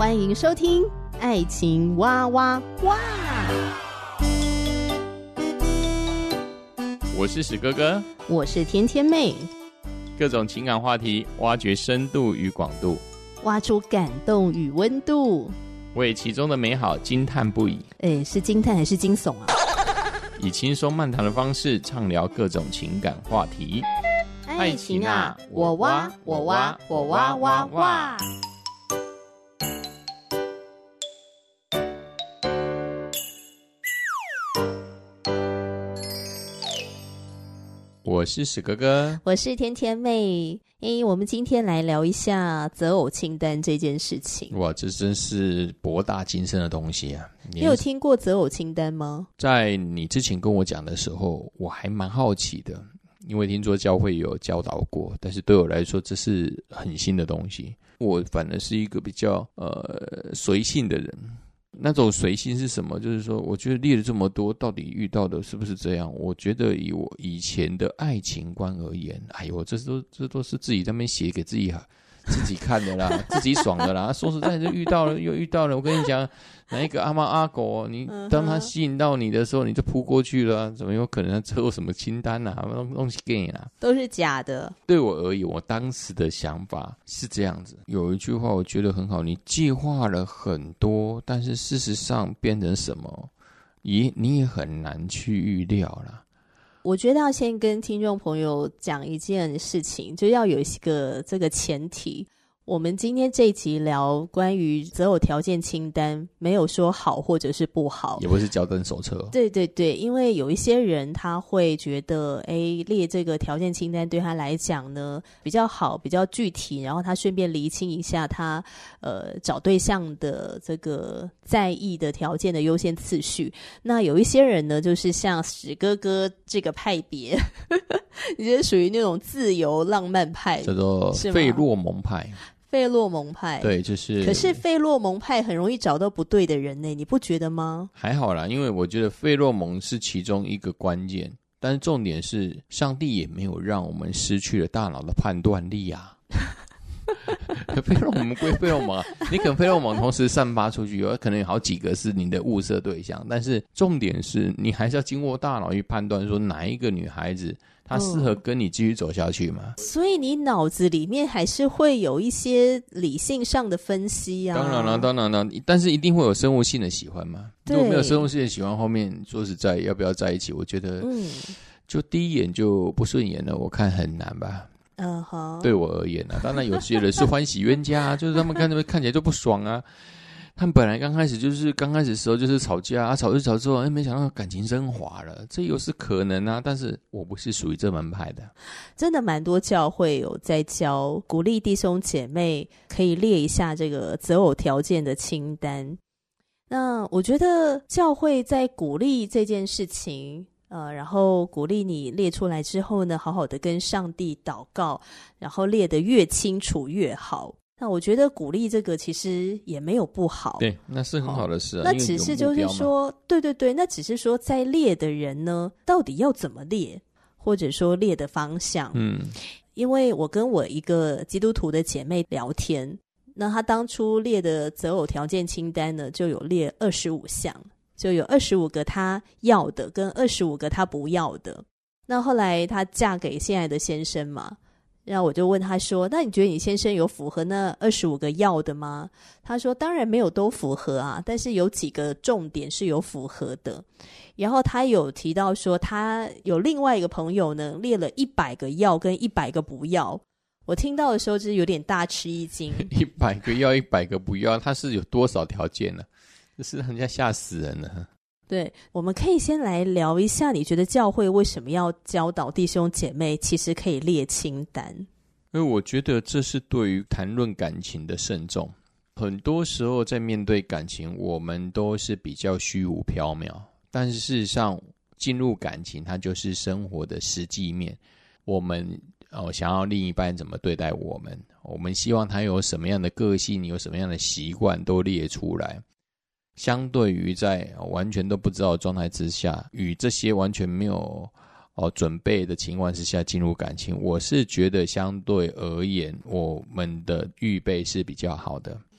欢迎收听爱情哇哇哇。 我是史哥哥， 我是甜甜妹， 各种情感话题，挖掘深度与广度， 挖出感动与温度， 为其中的美好惊叹不已。 是惊叹还是惊悚啊？ 以轻松漫谈的方式畅聊各种情感话题。 爱情啊，我挖我挖我挖挖挖。 我是史哥哥，我是甜甜妹。我们今天来聊一下择偶清单这件事情。 哇，这真是博大精深的东西啊！ 你有听过择偶清单吗？ 在你之前跟我讲的时候，我还蛮好奇的，因为听说教会有教导过，但是对我来说这是很新的东西。我反而是一个比较随性的人。那种随性是什么？就是说我觉得列了这么多，到底遇到的是不是这样？我觉得以我以前的爱情观而言，哎呦，这都是自己在那边写给自己看的啦，自己爽的啦。说实在就遇到了又遇到了，我跟你讲，哪一个阿猫阿狗，你当他吸引到你的时候，你就扑过去了，怎么有可能他测什么清单啊？东西给你啦， 都是假的。对我而言，我当时的想法是这样子。有一句话我觉得很好，你计划了很多，但是事实上变成什么，你也很难去预料啦。 我觉得要先跟听众朋友讲一件事情，就要有一个这个前提。我们今天这一集聊关于择偶条件清单，没有说好或者是不好， 也不是脚本手册。 对对对，因为有一些人他会觉得列这个条件清单对他来讲呢比较好，比较具体，然后他顺便厘清一下他找对象的这个在意的条件的优先次序。那有一些人呢就是像史哥哥这个派别你觉得属于那种自由浪漫派， 叫做费洛蒙派。 费洛蒙派， 对，就是。 可是费洛蒙派很容易找到不对的人呢，你不觉得吗？ 还好啦，因为我觉得费洛蒙是其中一个关键，但是重点是，上帝也没有让我们失去了大脑的判断力啊。费洛蒙归费洛蒙啊，你可能费洛蒙同时散发出去，有可能有好几个是你的物色对象，但是重点是你还是要经过大脑去判断，说哪一个女孩子她适合跟你继续走下去嘛？ 所以你脑子里面还是会有一些理性上的分析啊。 当然了，但是一定会有生物性的喜欢嘛？如果没有生物性的喜欢，后面说实在要不要在一起，我觉得就第一眼就不顺眼了，我看很难吧。对我而言啊，当然有些人是欢喜冤家啊，就是他们看起来就不爽啊。他们本来刚开始的时候就是吵架啊，吵之后，没想到感情升华了，这又是可能啊。但是我不是属于这门派的。 真的蛮多教会有在教，鼓励弟兄姐妹可以列一下这个择偶条件的清单。那我觉得教会在鼓励这件事情。然后鼓励你列出来之后呢，好好的跟上帝祷告，然后列得越清楚越好。那我觉得鼓励这个其实也没有不好， 对，那是很好的事啊。 那只是就是说，对，那只是说在列的人呢，到底要怎么列，或者说列的方向。因为我跟我一个基督徒的姐妹聊天，那她当初列的择偶条件清单呢，就有列25项。就有25个他要的跟25个他不要的。那后来他嫁给现在的先生嘛，然后我就问他说，那你觉得你先生有符合那25个要的吗？他说当然没有都符合啊，但是有几个重点是有符合的。然后他有提到说他有另外一个朋友呢列了100个要跟100个不要。我听到的时候就是有点大吃一惊。 100个要100个不要，他是有多少条件呢？这是人家吓死人了。 对，我们可以先来聊一下，你觉得教会为什么要教导弟兄姐妹其实可以列清单？ 因为我觉得这是对于谈论感情的慎重。很多时候在面对感情，我们都是比较虚无缥缈，但是事实上进入感情它就是生活的实际面。我们想要另一半怎么对待我们，我们希望他有什么样的个性，有什么样的习惯都列出来。相对于在完全都不知道的状态之下，与这些完全没有准备的情况之下进入感情，我是觉得相对而言我们的预备是比较好的。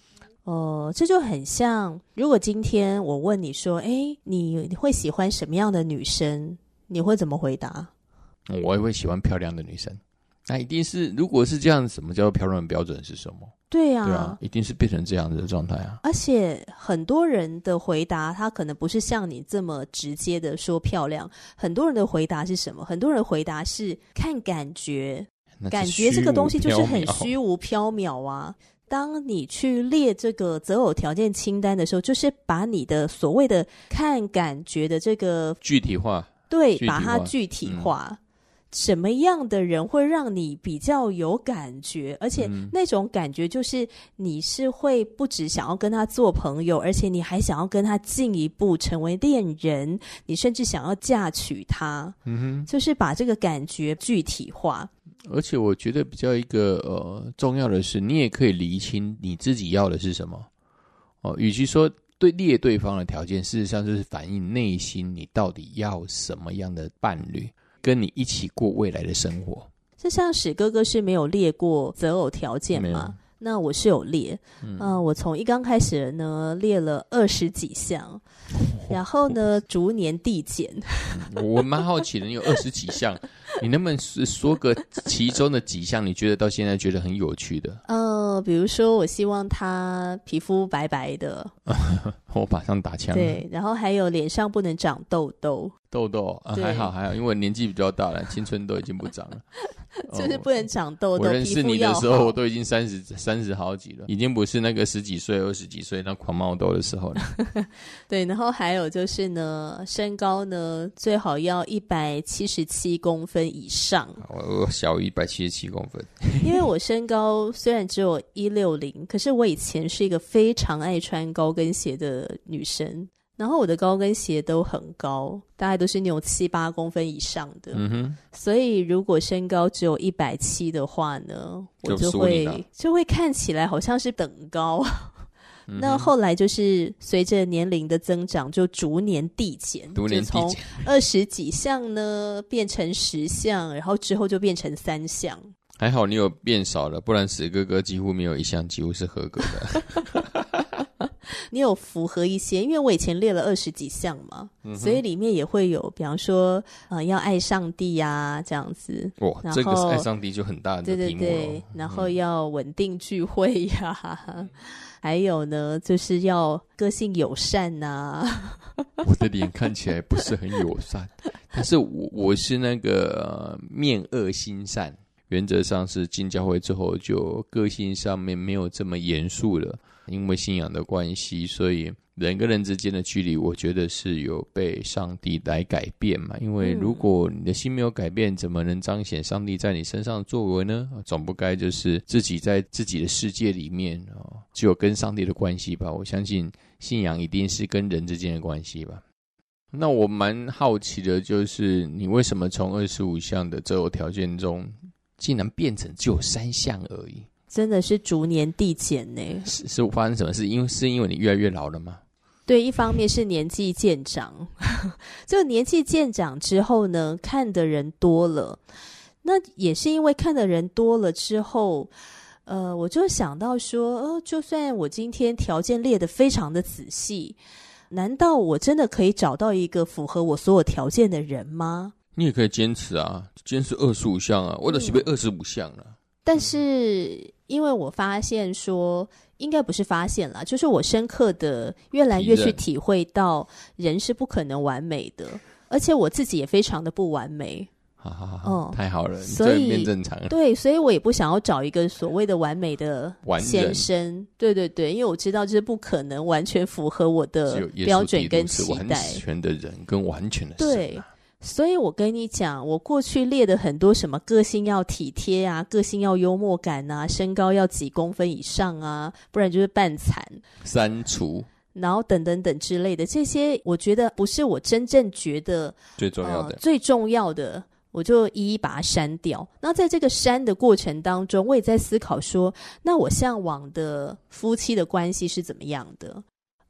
这就很像，如果今天我问你说，你会喜欢什么样的女生？你会怎么回答？ 我也会喜欢漂亮的女生。那一定是，如果是这样，什么叫做漂亮的标准是什么？ 对啊， 对啊，一定是变成这样的状态啊。 而且很多人的回答，他可能不是像你这么直接的说漂亮。很多人的回答是什么？很多人的回答是看感觉，感觉这个东西就是很虚无缥缈啊。当你去列这个择偶条件清单的时候，就是把你的所谓的看感觉的这个具体化， 对，把它具体化。什么样的人会让你比较有感觉，而且那种感觉就是你是会不只想要跟他做朋友，而且你还想要跟他进一步成为恋人，你甚至想要嫁娶他。就是把这个感觉具体化。 而且我觉得比较一个重要的是，你也可以厘清你自己要的是什么。与其说列对方的条件，事实上就是反映内心你到底要什么样的伴侣，跟你一起过未来的生活。 就像史哥哥是没有列过择偶条件吗？那我是有列。我从一刚开始呢列了20几项，然后呢逐年递减。 我蛮好奇的，你有20几项，你能不能说个其中的几项你觉得到现在觉得很有趣的？ 比如说我希望他皮肤白白的。 我马上打枪。 对，然后还有脸上不能长痘痘。 还好，因为我年纪比较大了，青春都已经不长了。 就是不能长痘痘。 我认识你的时候，我都已经30好几了，已经不是那个10几岁、20几岁那狂冒痘的时候了。 对，然后还有就是呢，身高呢最好要177公分以上。 我小于177公分。 因为我身高虽然只有160，可是我以前是一个非常爱穿高跟鞋的女生。然后我的高跟鞋都很高，大概都是那种7、8公分以上的。所以如果身高只有170的话呢，我就会看起来好像是等高。那后来就是随着年龄的增长，就逐年递减，就从20几项呢变成10项，然后之后就变成3项。 还好你有变少了，不然史哥哥几乎没有一项几乎是合格的。 你有符合一些，因为我以前列了20几项嘛，所以里面也会有，比方说要爱上帝啊这样子。 哇，这个是爱上帝就很大的题目了。 对，然后要稳定聚会呀，还有呢就是要个性友善啊。 我的脸看起来不是很友善，但是我是那个面恶心善，原则上是进教会之后就个性上面没有这么严肃了。因为信仰的关系，所以人跟人之间的距离我觉得是有被上帝来改变嘛。因为如果你的心没有改变，怎么能彰显上帝在你身上的作为呢？总不该就是自己在自己的世界里面只有跟上帝的关系吧。我相信信仰一定是跟人之间的关系吧。那我蛮好奇的就是你为什么从25项的择偶条件中竟然变成只有3项而已？ 真的是逐年递减呢。 是发生什么事？是因为你越来越老了吗？ 对，一方面是年纪渐长。这个年纪渐长之后呢，看的人多了，那也是因为看的人多了之后，我就想到说，就算我今天条件列得非常的仔细，难道我真的可以找到一个符合我所有条件的人吗？ 你也可以坚持啊，坚持25项啊，我的是被25项了。 但是因为我发现说，应该不是发现啦，就是我深刻的越来越去体会到人是不可能完美的，而且我自己也非常的不完美。 太好了，所以变正常了。 对，所以我也不想要找一个所谓的完美的先生。对对对，因为我知道这是不可能完全符合我的标准跟期待。 完全的人跟完全的神。 对，所以我跟你讲，我过去列的很多什么个性要体贴啊，个性要幽默感啊，身高要几公分以上啊，不然就是半残删除， 然后等等等之类的，这些我觉得不是我真正觉得最重要的， 最重要的，我就一一把它删掉。那在这个删的过程当中，我也在思考说，那我向往的夫妻的关系是怎么样的？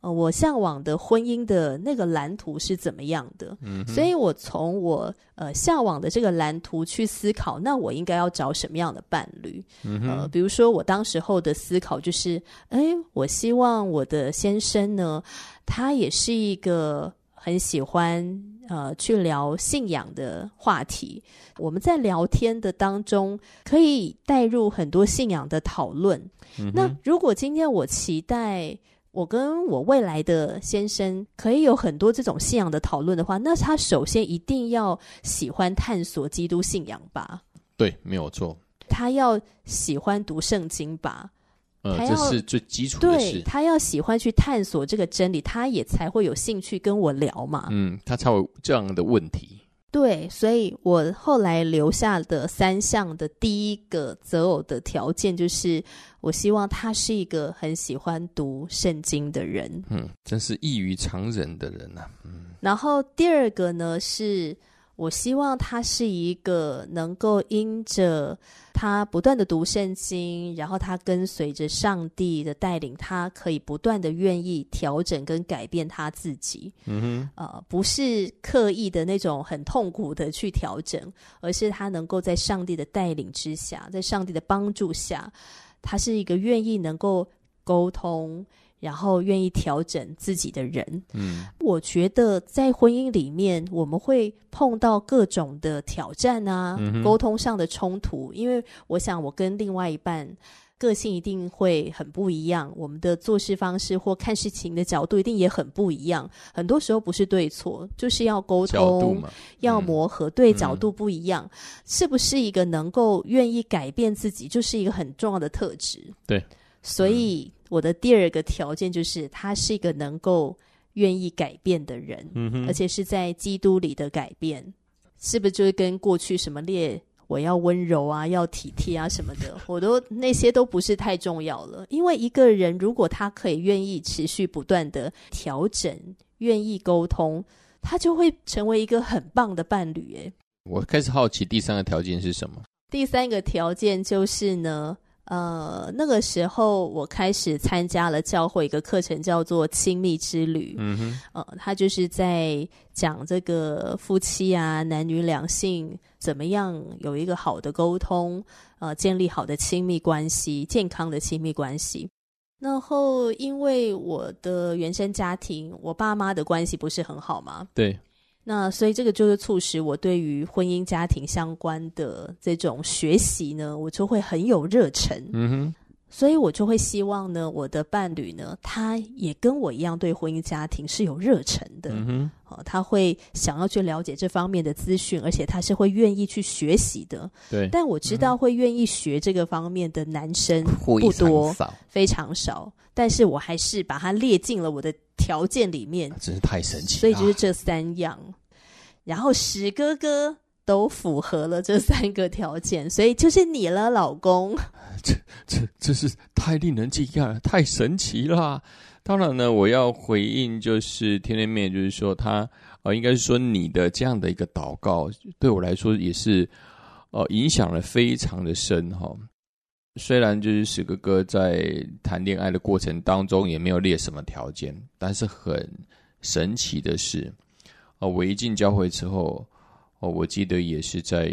我向往的婚姻的那个蓝图是怎么样的。所以我从我向往的这个蓝图去思考，那我应该要找什么样的伴侣。比如说我当时候的思考就是我希望我的先生呢，他也是一个很喜欢去聊信仰的话题，我们在聊天的当中可以带入很多信仰的讨论。那如果今天我期待我跟我未来的先生可以有很多这种信仰的讨论的话，那他首先一定要喜欢探索基督信仰吧？ 对，没有错。 他要喜欢读圣经吧？ 这是最基础的事。 对，他要喜欢去探索这个真理，他也才会有兴趣跟我聊嘛。 他才有这样的问题。 对，所以我后来留下的3项的第一个择偶的条件就是我希望他是一个很喜欢读圣经的人。 真是异于常人的人啊。 然后第二个呢，是我希望他是一个能够因着他不断的读圣经，然后他跟随着上帝的带领，他可以不断的愿意调整跟改变他自己。不是刻意的那种很痛苦的去调整，而是他能够在上帝的带领之下，在上帝的帮助下，他是一个愿意能够沟通，然后愿意调整自己的人。我觉得在婚姻里面我们会碰到各种的挑战啊，沟通上的冲突，因为我想我跟另外一半个性一定会很不一样，我们的做事方式或看事情的角度一定也很不一样，很多时候不是对错，就是要沟通，要磨合，对，角度不一样，是不是一个能够愿意改变自己，就是一个很重要的特质。 对， 所以我的第二个条件就是他是一个能够愿意改变的人，而且是在基督里的改变。是不是就是跟过去什么我要温柔啊，要体贴啊什么的，那些都不是太重要了。因为一个人如果他可以愿意持续不断的调整，愿意沟通，他就会成为一个很棒的伴侣。 我开始好奇第3个条件是什么？第 3个条件就是呢，那个时候我开始参加了教会一个课程叫做亲密之旅。他就是在讲这个夫妻啊，男女两性怎么样有一个好的沟通，建立好的亲密关系，健康的亲密关系。然后因为我的原生家庭，我爸妈的关系不是很好嘛， 对， 那所以这个就是促使我对于婚姻家庭相关的这种学习呢，我就会很有热忱。所以我就会希望呢，我的伴侣呢，他也跟我一样对婚姻家庭是有热忱的。他会想要去了解这方面的资讯，而且他是会愿意去学习的。 对， 但我知道会愿意学这个方面的男生不多，非常少。但是我还是把它列进了我的条件里面， 真是太神奇了。 所以就是这3样，然后史哥哥都符合了这3个条件，所以就是你了，老公。 这是太令人惊讶了，太神奇了。当然呢，我要回应就是天天妹，就是说他应该是说你的这样的一个祷告，对我来说也是影响了非常的深哈。虽然就是史哥哥在谈恋爱的过程当中也没有列什么条件，但是很神奇的是，我一进教会之后，我记得也是在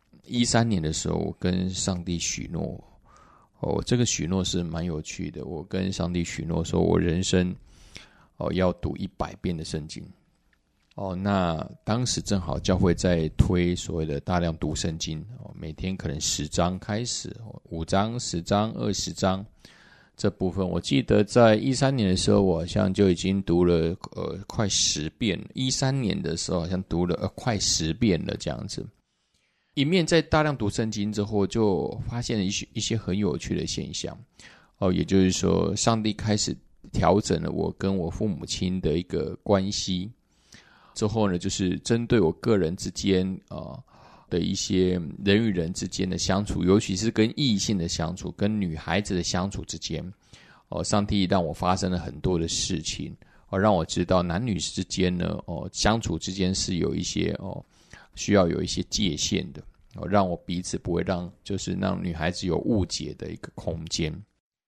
13年的时候，我跟上帝许诺。这个许诺是蛮有趣的。我跟上帝许诺说，我人生要读100遍的圣经。那当时正好教会在推所谓的大量读圣经，每天可能10章开始，5章、10章、20章。这部分我记得在13年的时候，我好像就已经读了快10遍。13年的时候好像读了快10遍了这样子。一面在大量读圣经之后，就发现了一些很有趣的现象。也就是说，上帝开始调整了我跟我父母亲的一个关系。之后呢，就是针对我个人之间的一些人与人之间的相处，尤其是跟异性的相处，跟女孩子的相处之间，上帝让我发生了很多的事情，让我知道男女之间呢，相处之间是有一些需要有一些界限的，让我彼此不会让女孩子有误解的一个空间。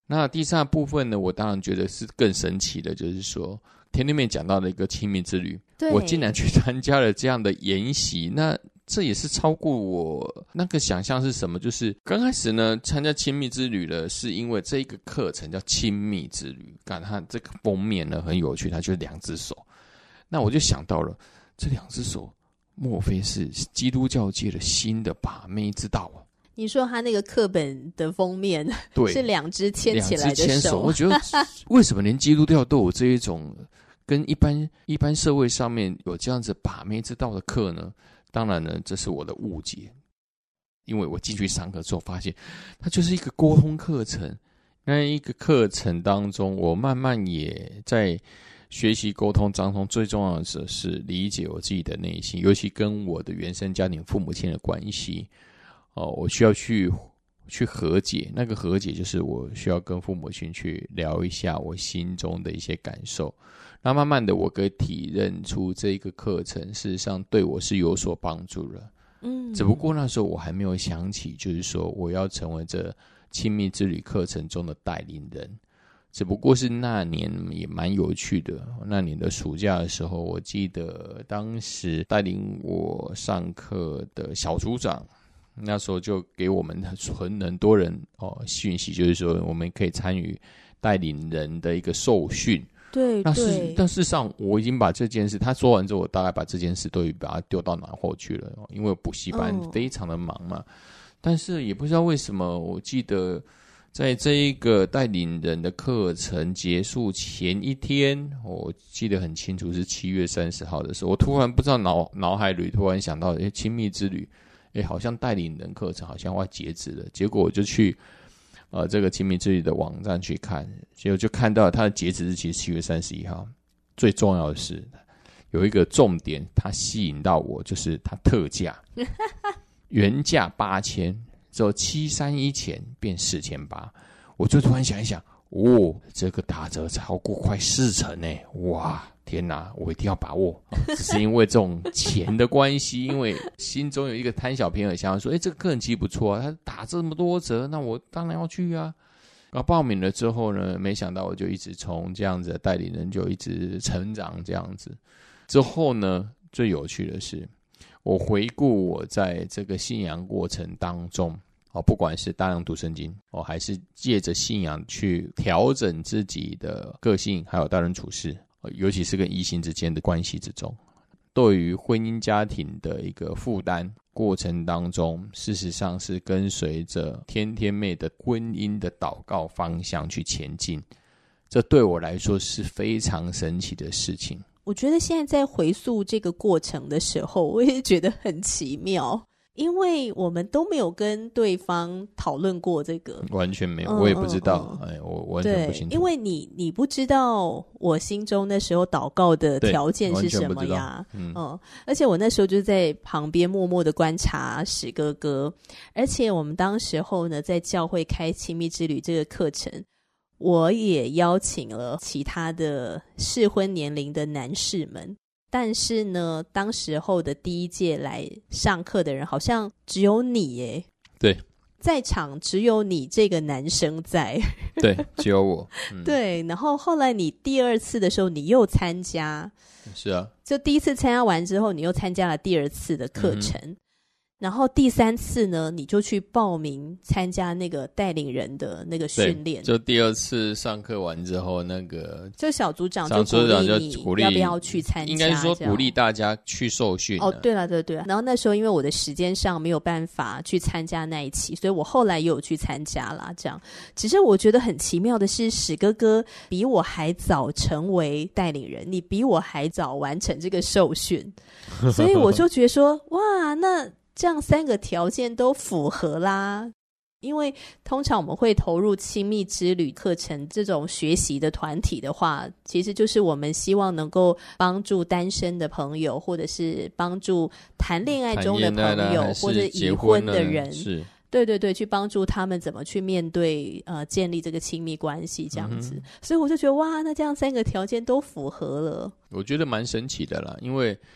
那第三个部分呢，我当然觉得是更神奇的，就是说田里面讲到的一个亲密之旅，我竟然去参加了这样的研习，那这也是超过我那个想象。是什么？就是刚开始呢参加亲密之旅了，是因为这一个课程叫亲密之旅，看它这个封面呢很有趣，它就是2只手。那我就想到了，这2只手莫非是基督教界的新的把妹之道啊？ 你说他那个课本的封面对是2只牵起来的手， 我觉得为什么连基督教都有这一种跟一般社会上面有这样子把妹之道的课呢？当然呢，这是我的误解，因为我进去上课之后发现，它就是一个沟通课程。那一个课程当中，我慢慢也在学习沟通当中，最重要的是理解我自己的内心，尤其跟我的原生家庭父母亲的关系。我需要去和解，那个和解就是我需要跟父母亲去聊一下我心中的一些感受。那慢慢的我可以体认出这个课程事实上对我是有所帮助了。只不过那时候我还没有想起，就是说我要成为这亲密之旅课程中的带领人。只不过是那年也蛮有趣的，那年的暑假的时候，我记得当时带领我上课的小组长，那时候就给我们很多人讯息，就是说我们可以参与带领人的一个受训。 对， 但事实上我已经把这件事他说完之后，我大概把这件事都把它丢到脑后去了，因为补习班非常的忙嘛。但是也不知道为什么，我记得在这一个带领人的课程结束前一天，我记得很清楚是7月30号的时候，我突然不知道脑海里突然想到亲密之旅好像带领人课程好像要截止了。结果我就去这个亲密之旅的网站去看，结果就看到它的截止日期是7月31号。最重要的是有一个重点，它吸引到我，就是它特价原价8000，之后731前变4800。我就突然想一想，这个打折超过快40%呢！哇，天哪，我一定要把握。只是因为这种钱的关系，因为心中有一个贪小便宜的想法，说这个课程其实不错啊，他打这么多折，那我当然要去啊。报名了之后呢，没想到我就一直从这样子的代理人就一直成长这样子。之后呢，最有趣的是，我回顾我在这个信仰过程当中，不管是大量读圣经，还是借着信仰去调整自己的个性，还有待人处事，尤其是跟异性之间的关系之中，对于婚姻家庭的一个负担过程当中，事实上是跟随着天天妹的婚姻的祷告方向去前进。这对我来说是非常神奇的事情。 我觉得现在在回溯这个过程的时候，我也觉得很奇妙，因为我们都没有跟对方讨论过这个， 完全没有，我也不知道，我完全不清楚。 因为你不知道我心中那时候祷告的条件是什么呀？而且我那时候就在旁边默默的观察史哥哥，而且我们当时候呢，在教会开亲密之旅这个课程，我也邀请了其他的适婚年龄的男士们。但是呢，当时候的第一届来上课的人好像只有你耶。 对， 在场只有你这个男生在。 对，只有我。 对，然后后来你第2次的时候你又参加。 是啊， 就第1次参加完之后，你又参加了第2次的课程。然后第3次呢，你就去报名参加那个带领人的那个训练。 就第2次上课完之后，那个就小组长就鼓励你要不要去参加， 应该是说鼓励大家去受训。 对了，然后那时候因为我的时间上没有办法去参加那一期，所以我后来也有去参加啦。这样，只是我觉得很奇妙的是，史哥哥比我还早成为带领人，你比我还早完成这个受训，所以我就觉得说，哇，那这样3个条件都符合啦。因为通常我们会投入亲密之旅课程这种学习的团体的话，其实就是我们希望能够帮助单身的朋友，或者是帮助谈恋爱中的朋友，或者已婚的人，是对，去帮助他们怎么去面对建立这个亲密关系这样子。所以我就觉得哇，那这样3个条件都符合了， 我觉得蛮神奇的啦。因为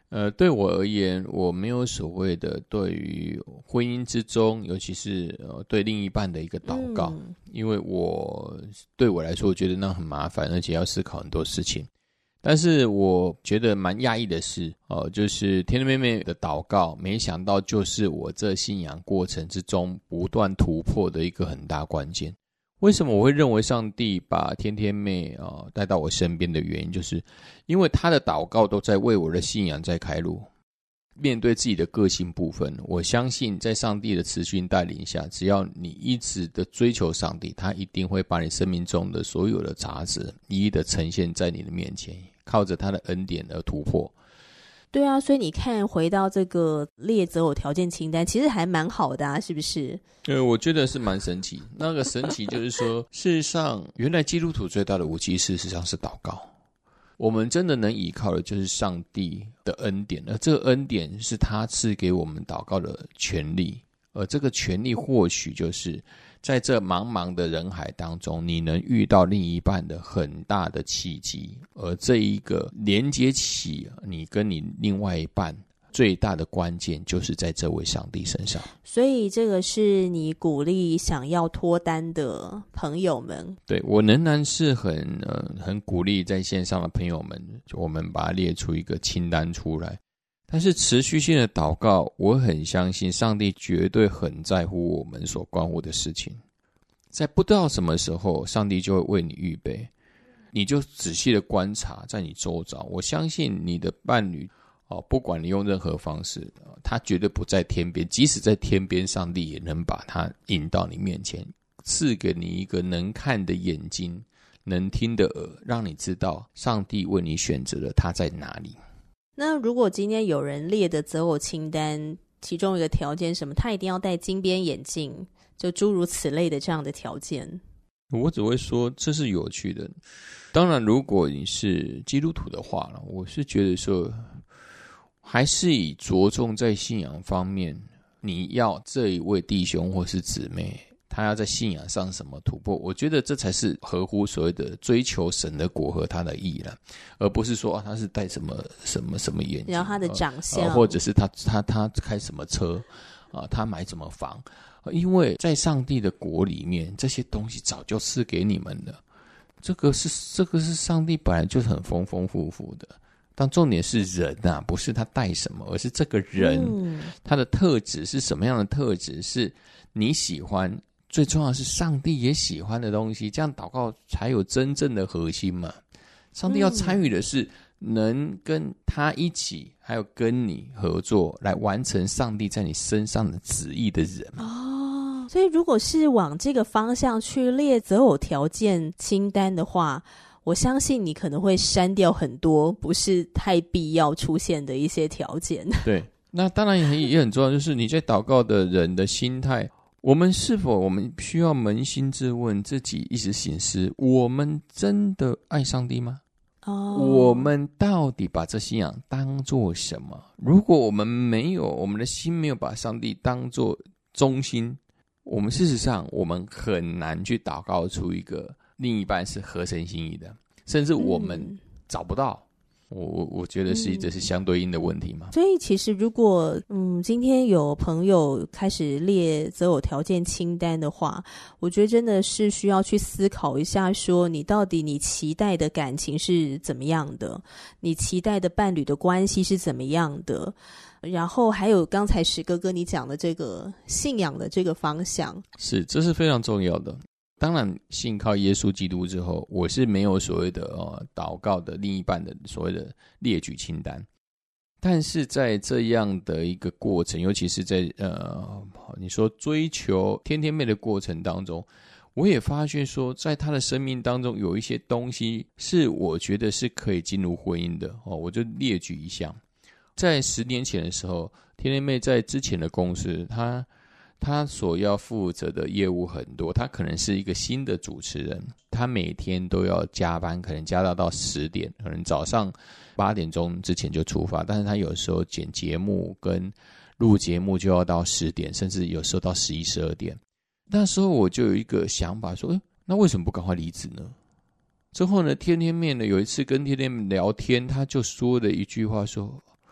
对我而言，我没有所谓的对于婚姻之中，尤其是对另一半的一个祷告，因为对我来说，我觉得那很麻烦，而且要思考很多事情。但是我觉得蛮讶异的是，就是天天妹妹的祷告，没想到就是我这信仰过程之中不断突破的一个很大关键。为什么我会认为上帝把天天妹带到我身边的原因，就是因为她的祷告都在为我的信仰在开路。面对自己的个性部分，我相信在上帝的持续带领下，只要你一直的追求上帝，他一定会把你生命中的所有的杂质一一的呈现在你的面前，靠着他的恩典而突破。 对啊，所以你看回到这个列择偶条件清单，其实还蛮好的啊，是不是？ 我觉得是蛮神奇。那个神奇就是说，事实上原来基督徒最大的武器事实上是祷告。我们真的能依靠的就是上帝的恩典，而这个恩典是他赐给我们祷告的权利，而这个权利或许就是在这茫茫的人海当中，你能遇到另一半的很大的契机，而这一个连接起你跟你另外一半最大的关键就是在这位上帝身上。 所以这个是你鼓励想要脱单的朋友们。 对，我仍然是很鼓励在线上的朋友们，我们把它列出一个清单出来。但是持续性的祷告，我很相信上帝绝对很在乎我们所关乎的事情。在不知道什么时候，上帝就会为你预备。你就仔细的观察在你周遭，我相信你的伴侣不管你用任何方式，他绝对不在天边，即使在天边，上帝也能把他引到你面前，赐给你一个能看的眼睛，能听的耳，让你知道上帝为你选择了他在哪里。 那如果今天有人列的择偶清单，其中一个条件什么，他一定要戴金边眼镜，就诸如此类的这样的条件， 我只会说这是有趣的。当然如果你是基督徒的话，我是觉得说还是以着重在信仰方面，你要这一位弟兄或是姊妹他要在信仰上什么突破，我觉得这才是合乎所谓的追求神的果和他的义了，而不是说他是戴什么眼镜， 然后他的长相， 或者是他开什么车他买什么房，因为在上帝的国里面，这些东西早就赐给你们了。这个是上帝本来就是很丰丰富富的，但重点是人啊，不是他带什么，而是这个人他的特质是什么样的特质，是你喜欢，最重要的是上帝也喜欢的东西，这样祷告才有真正的核心嘛。上帝要参与的是能跟他一起，还有跟你合作，来完成上帝在你身上的旨意的人嘛。 所以如果是往这个方向去列择偶条件清单的话，我相信你可能会删掉很多不是太必要出现的一些条件。 对，那当然也很重要，就是你在祷告的人的心态，我们需要扪心自问，自己一直省思，我们真的爱上帝吗？我们到底把这信仰当作什么？如果我们的心没有把上帝当作中心，我们事实上我们很难去祷告出一个另一半是合神心意的，甚至我们找不到。我觉得这是相对应的问题嘛。 所以其实如果今天有朋友开始列择偶条件清单的话，我觉得真的是需要去思考一下，说你到底你期待的感情是怎么样的，你期待的伴侣的关系是怎么样的，然后还有刚才史哥哥你讲的这个信仰的这个方向， 这是非常重要的。当然信靠耶稣基督之后，我是没有所谓的祷告的另一半的所谓的列举清单，但是在这样的一个过程，尤其是在你说追求天天妹的过程当中，我也发现说在他的生命当中有一些东西是我觉得是可以进入婚姻的我就列举一项。在10年前的时候，天天妹在之前的公司，他所要负责的业务很多，他可能是一个新的主持人，他每天都要加班，可能加到10点，可能早上8点钟之前就出发，但是他有时候剪节目跟录节目就要到10点，甚至有时候到11、12点。那时候我就有一个想法说，那为什么不赶快离职呢？之后呢，天天面呢有一次跟天天面聊天，他就说了一句话说，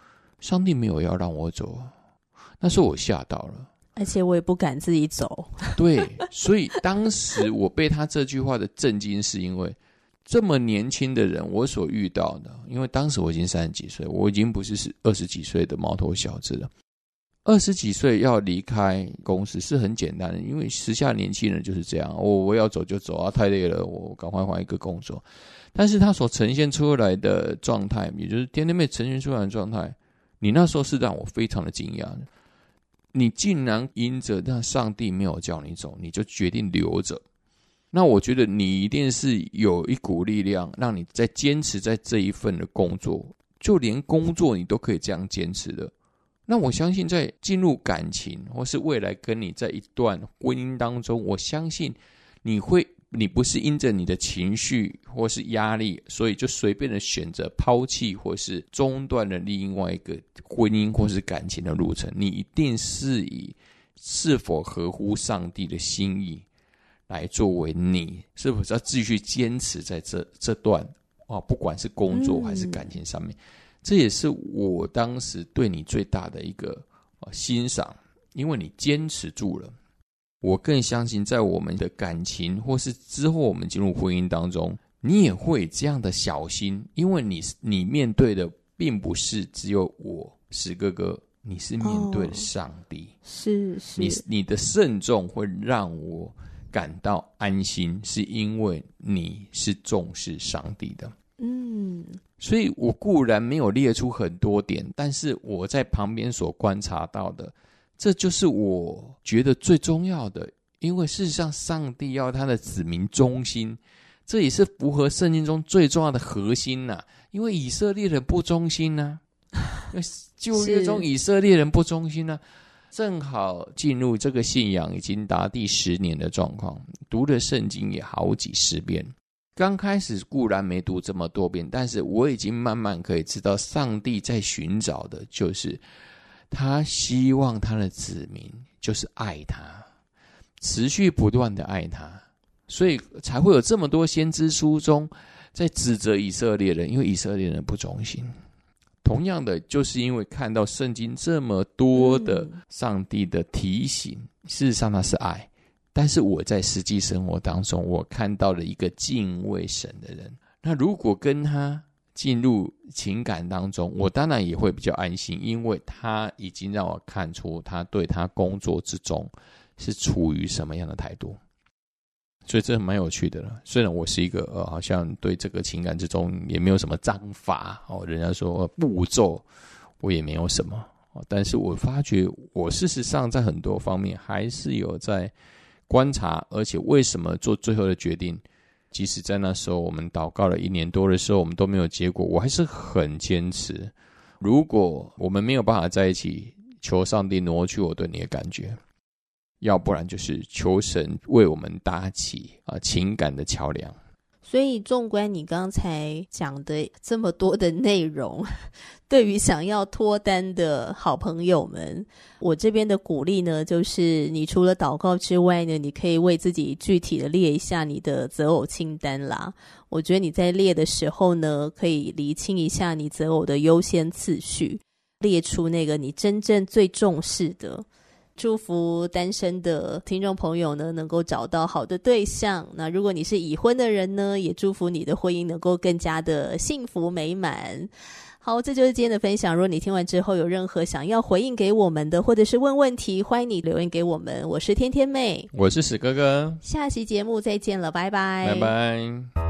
上帝没有要让我走，那时候我吓到了， 而且我也不敢自己走。 对，所以当时我被他这句话的震惊，是因为这么年轻的人，我所遇到的，因为当时我已经30几岁，我已经不是20几岁的毛头小子了。20几岁要离开公司是很简单的，因为时下年轻人就是这样，我要走就走啊，太累了，我赶快换一个工作。但是他所呈现出来的状态，也就是天天妹呈现出来的状态，你那时候是让我非常的惊讶的。你竟然因着让上帝没有叫你走，你就决定留着。那我觉得你一定是有一股力量，让你在坚持在这一份的工作，就连工作你都可以这样坚持的。那我相信在进入感情或是未来跟你在一段婚姻当中，我相信你不是因着你的情绪或是压力，所以就随便的选择抛弃或是中断了另外一个婚姻或是感情的路程。你一定是以是否合乎上帝的心意来作为你是否要继续坚持在这段不管是工作还是感情上面。这也是我当时对你最大的一个欣赏，因为你坚持住了。我更相信在我们的感情或是之后我们进入婚姻当中，你也会这样的小心，因为你面对的并不是只有我史哥哥，你是面对了上帝。 是你的慎重会让我感到安心，是因为你是重视上帝的。所以我固然没有列出很多点，但是我在旁边所观察到的，这就是我觉得最重要的。因为事实上上帝要他的子民忠心，这也是符合圣经中最重要的核心啊。因为以色列人不忠心啊，旧约中以色列人不忠心啊，正好进入这个信仰已经达第10年的状况，读了圣经也好几十遍。刚开始固然没读这么多遍，但是我已经慢慢可以知道上帝在寻找的就是他希望他的子民就是爱他，持续不断的爱他，所以才会有这么多先知书中在指责以色列人，因为以色列人不忠心。同样的，就是因为看到圣经这么多的上帝的提醒，事实上他是爱，但是我在实际生活当中，我看到了一个敬畏神的人。那如果跟他进入情感当中，我当然也会比较安心，因为他已经让我看出他对他工作之中是处于什么样的态度。所以这蛮有趣的了。虽然我是一个好像对这个情感之中也没有什么章法人家说步骤我也没有什么但是我发觉我事实上在很多方面还是有在观察，而且为什么做最后的决定，即使在那时候我们祷告了1年多的时候我们都没有结果，我还是很坚持。如果我们没有办法在一起，求上帝挪去我对你的感觉，要不然就是求神为我们搭起情感的桥梁。 所以纵观你刚才讲的这么多的内容，对于想要脱单的好朋友们，我这边的鼓励呢，就是你除了祷告之外呢，你可以为自己具体的列一下你的择偶清单啦。我觉得你在列的时候呢，可以厘清一下你择偶的优先次序，列出那个你真正最重视的。祝福单身的听众朋友呢，能够找到好的对象。那如果你是已婚的人呢，也祝福你的婚姻能够更加的幸福美满。好，这就是今天的分享。如果你听完之后有任何想要回应给我们的，或者是问问题，欢迎你留言给我们。我是天天妹， 我是史哥哥， 下期节目再见了，拜拜， 拜拜。